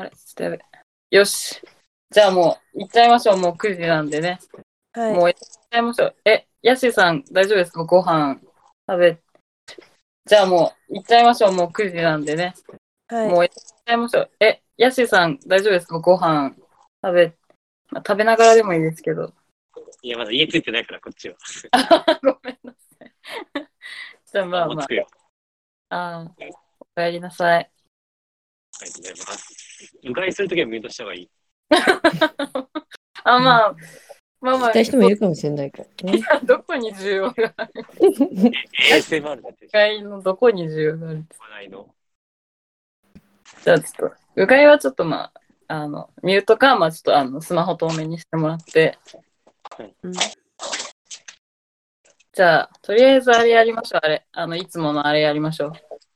あれちょっとやべ。よし。じゃあもう行っちゃいましょう。もう9時なんでね。 はい。 もう行っちゃいましょう。ヤシさん大丈夫ですか？ご飯食べ。じゃあもう行っちゃいましょう。もう9時なんでね。 はい。 もう行っちゃいましょう。ヤシさん大丈夫ですか？ご飯食べ、食べながらでもいいですけど。 いや、まだ家着いてないから、こっちは。 ごめんなさい。じゃあまあまもう着くよ。 あ。お帰りなさい。 ありがとうございます。うがいするときはミュートした方がいい。 まあまあ、 聞きたい人もいるかもしれないからね。 どこに需要がある？ ASMR だってうがいのどこに需要があるんですか？ 話題の。 じゃあちょっと、うがいはちょっとミュートか、ちょっとスマホ遠目にしてもらって。 うん、 じゃあ、とりあえずあれやりましょう。いつものあれやりましょう。